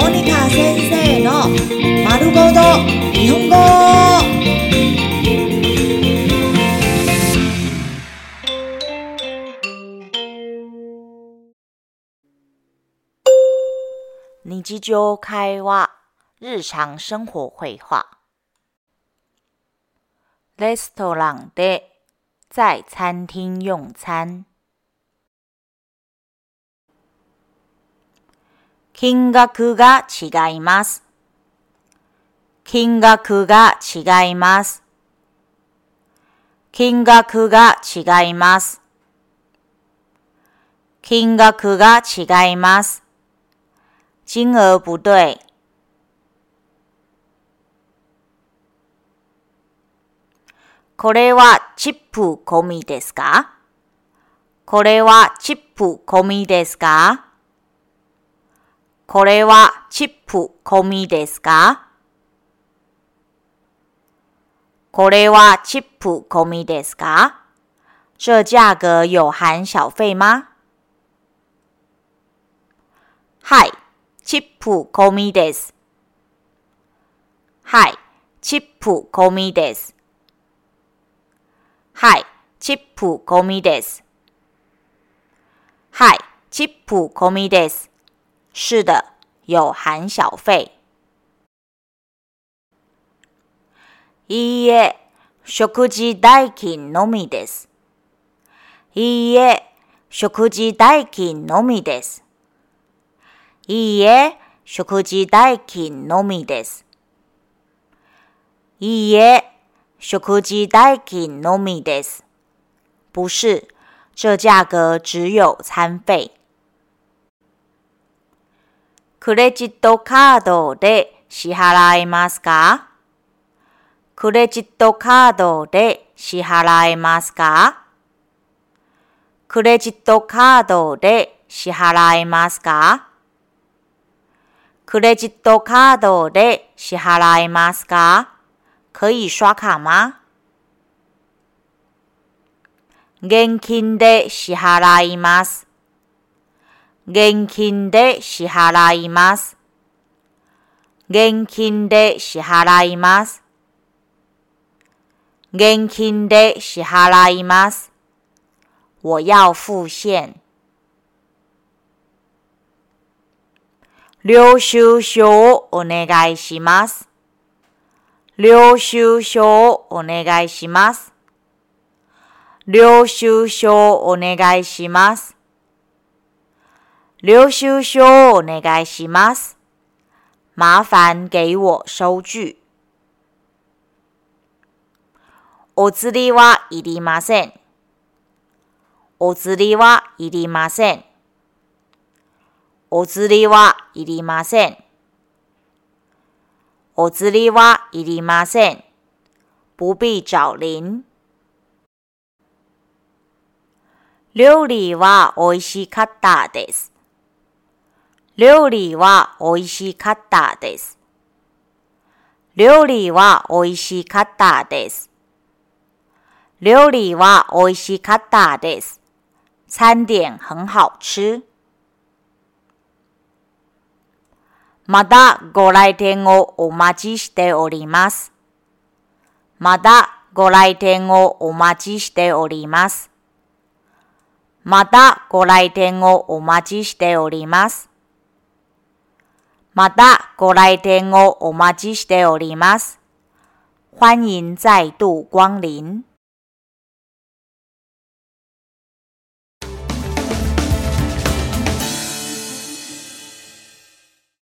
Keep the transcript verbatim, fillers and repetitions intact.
モニカ先生の丸ごと日本語。日常会話、日常生活会話。レストランで在餐厅用餐。金額が違います。金額が違います。金額が違います。金額が違います。金額不对。これはチップ込みですか？これはチップ込みですか？これはチップ込みですか？これはチップ込みですか？这价格有含小费吗？はい、チップ込みです。はい、チップ込みです。はい、チップ込みです。はい、チップ込みです。是的，有含小费。いいえ、食事代金のみです。いいえ、食事代金のみです。いいえ、食事代金のみです。いいえ、食事代金のみです。不是，这价格只有餐费。クレジットカードで支払えますか？クレジットカードで支払えますか？クレジットカードで支払えますか？クレジットカードで支払えますか？可以刷卡吗？現金で支払います。現金で支払います。現金で支払います。現金で支払います。我要付現。領収書をお願いします。領収書をお願いします。領収書をお願いします。領収書をお願いします。麻煩給我收據。お釣りはいりません。お釣りはいりません。お釣りはいりません。お釣りはいりません。不必找零。料理は美味しかったです。料理は美味しかったです。料理は美味しかったです。料理は美味しかったです。餐点很好吃。まだご来店をお待ちしております。まだご来店をお待ちしております。またご来店をお待ちしております。またご来店をお待ちしております。欢迎再度光臨。